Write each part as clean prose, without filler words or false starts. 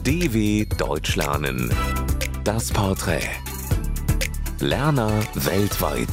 DW Deutsch lernen. Das Porträt. Lerner weltweit.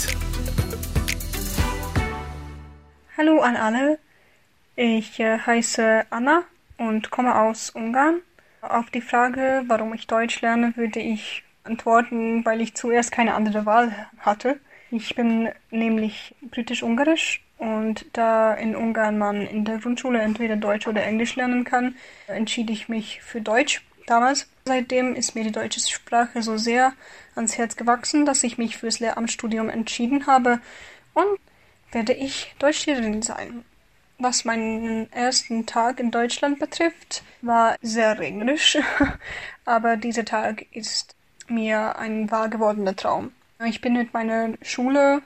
Hallo an alle, ich heiße Anna und komme aus Ungarn. Auf die Frage, warum ich Deutsch lerne, würde ich antworten, weil ich zuerst keine andere Wahl hatte. Ich bin nämlich britisch-ungarisch und da in Ungarn man in der Grundschule entweder Deutsch oder Englisch lernen kann, entschied ich mich für Deutsch damals. Seitdem ist mir die deutsche Sprache so sehr ans Herz gewachsen, dass ich mich fürs Lehramtsstudium entschieden habe und werde ich Deutschlehrerin sein. Was meinen ersten Tag in Deutschland betrifft, war sehr regnerisch, aber dieser Tag ist mir ein wahr gewordener Traum. Ich bin mit meiner Schule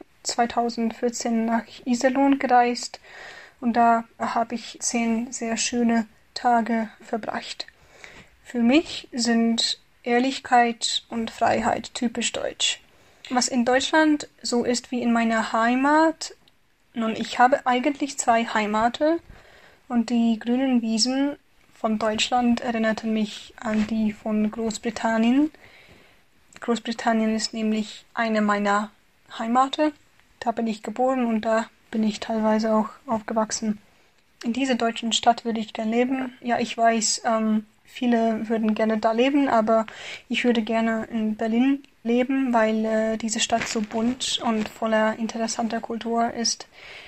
2014 nach Iserlohn gereist und da habe ich 10 sehr schöne Tage verbracht. Für mich sind Ehrlichkeit und Freiheit typisch deutsch. Was in Deutschland so ist wie in meiner Heimat. Nun, ich habe eigentlich 2 Heimaten und die grünen Wiesen von Deutschland erinnerten mich an die von Großbritannien. Großbritannien ist nämlich eine meiner Heimaten. Da bin ich geboren und da bin ich teilweise auch aufgewachsen. In dieser deutschen Stadt würde ich gerne leben. Ja, ich weiß, viele würden gerne da leben, aber ich würde gerne in Berlin leben, weil diese Stadt so bunt und voller interessanter Kultur ist.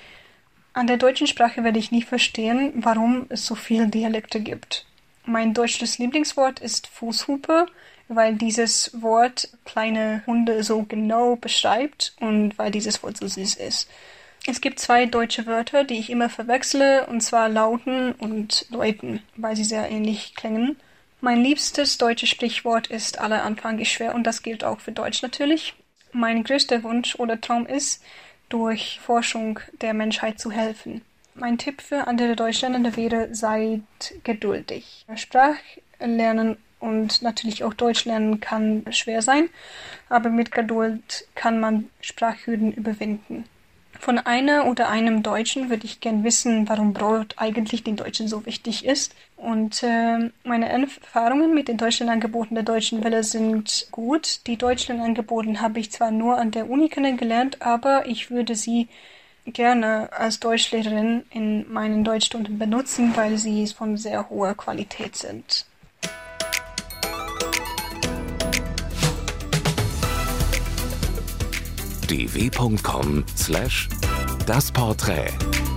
An der deutschen Sprache werde ich nie verstehen, warum es so viele Dialekte gibt. Mein deutsches Lieblingswort ist Fußhupe, weil dieses Wort kleine Hunde so genau beschreibt und weil dieses Wort so süß ist. Es gibt 2 deutsche Wörter, die ich immer verwechsle, und zwar lauten und läuten, weil sie sehr ähnlich klingen. Mein liebstes deutsches Sprichwort ist aller Anfang ist schwer und das gilt auch für Deutsch natürlich. Mein größter Wunsch oder Traum ist, durch Forschung der Menschheit zu helfen. Mein Tipp für andere Deutschlernende wäre, seid geduldig. Sprachlernen und natürlich auch Deutsch lernen kann schwer sein, aber mit Geduld kann man Sprachhürden überwinden. Von einer oder einem Deutschen würde ich gern wissen, warum Brot eigentlich den Deutschen so wichtig ist. Und meine Erfahrungen mit den Deutschlandangeboten der Deutschen Welle sind gut. Die Deutschlandangebote habe ich zwar nur an der Uni kennengelernt, aber ich würde sie gerne als Deutschlehrerin in meinen Deutschstunden benutzen, weil sie von sehr hoher Qualität sind. dw.com/das Porträt